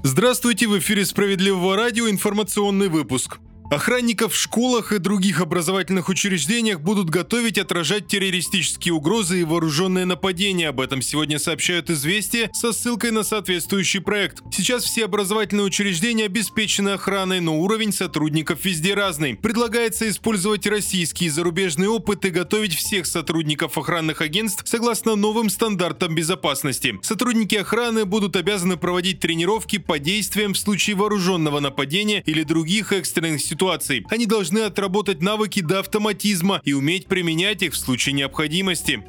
Здравствуйте, в эфире «Справедливого радио» информационный выпуск. Охранников в школах и других образовательных учреждениях будут готовить отражать террористические угрозы и вооруженные нападения. Об этом сегодня сообщают «Известия» со ссылкой на соответствующий проект. Сейчас все образовательные учреждения обеспечены охраной, но уровень сотрудников везде разный. Предлагается использовать российский и зарубежный опыт и готовить всех сотрудников охранных агентств согласно новым стандартам безопасности. Сотрудники охраны будут обязаны проводить тренировки по действиям в случае вооруженного нападения или других экстренных ситуаций. Они должны отработать навыки до автоматизма и уметь применять их в случае необходимости.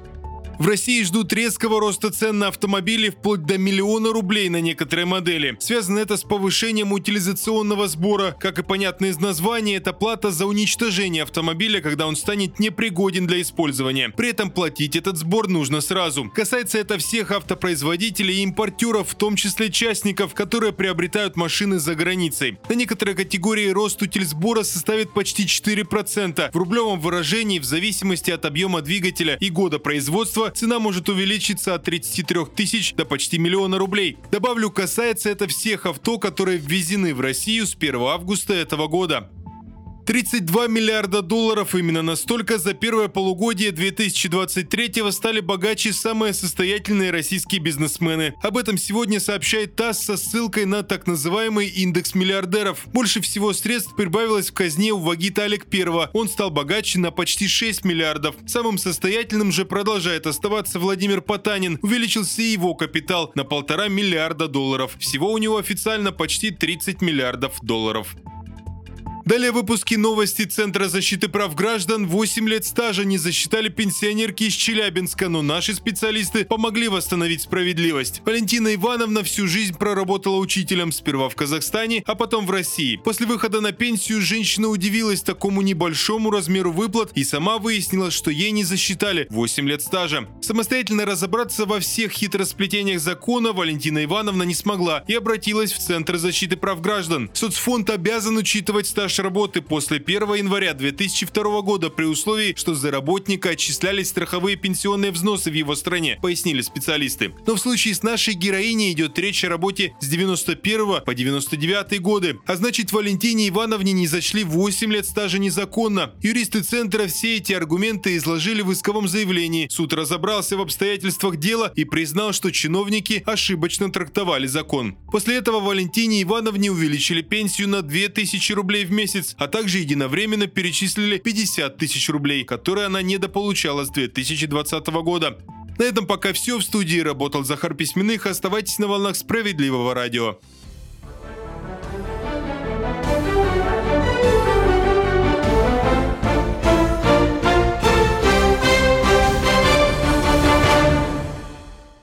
В России ждут резкого роста цен на автомобили вплоть до 1 миллиона рублей на некоторые модели. Связано это с повышением утилизационного сбора. Как и понятно из названия, это плата за уничтожение автомобиля, когда он станет непригоден для использования. При этом платить этот сбор нужно сразу. Касается это всех автопроизводителей и импортеров, в том числе частников, которые приобретают машины за границей. На некоторые категории рост утильсбора составит почти 4%. В рублевом выражении, в зависимости от объема двигателя и года производства, цена может увеличиться от 33 тысяч до почти 1 миллиона рублей. Добавлю, касается это всех авто, которые ввезены в Россию с 1 августа этого года. 32 миллиарда долларов, именно настолько за первое полугодие 2023-го стали богаче самые состоятельные российские бизнесмены. Об этом сегодня сообщает ТАСС со ссылкой на так называемый индекс миллиардеров. Больше всего средств прибавилось в казне у Вагита Алекперова. Он стал богаче на почти 6 миллиардов. Самым состоятельным же продолжает оставаться Владимир Потанин. Увеличился и его капитал на 1,5 миллиарда долларов. Всего у него официально почти 30 миллиардов долларов. Далее в выпуске новости Центра защиты прав граждан. 8 лет стажа не засчитали пенсионерки из Челябинска, но наши специалисты помогли восстановить справедливость. Валентина Ивановна всю жизнь проработала учителем, сперва в Казахстане, а потом в России. После выхода на пенсию женщина удивилась такому небольшому размеру выплат и сама выяснила, что ей не засчитали 8 лет стажа. Самостоятельно разобраться во всех хитросплетениях закона Валентина Ивановна не смогла и обратилась в Центр защиты прав граждан. Соцфонд обязан учитывать стаж работы после 1 января 2002 года при условии, что за работника отчислялись страховые пенсионные взносы в его стране, пояснили специалисты. Но в случае с нашей героиней идет речь о работе с 91 по 99 годы. А значит, Валентине Ивановне не зачли 8 лет стажа незаконно. Юристы Центра все эти аргументы изложили в исковом заявлении. Суд разобрался в обстоятельствах дела и признал, что чиновники ошибочно трактовали закон. После этого Валентине Ивановне увеличили пенсию на 2000 рублей в месяц, а также единовременно перечислили 50 тысяч рублей, которые она недополучала с 2020 года. На этом пока все. В студии работал Захар Письменных. Оставайтесь на волнах «Справедливого радио».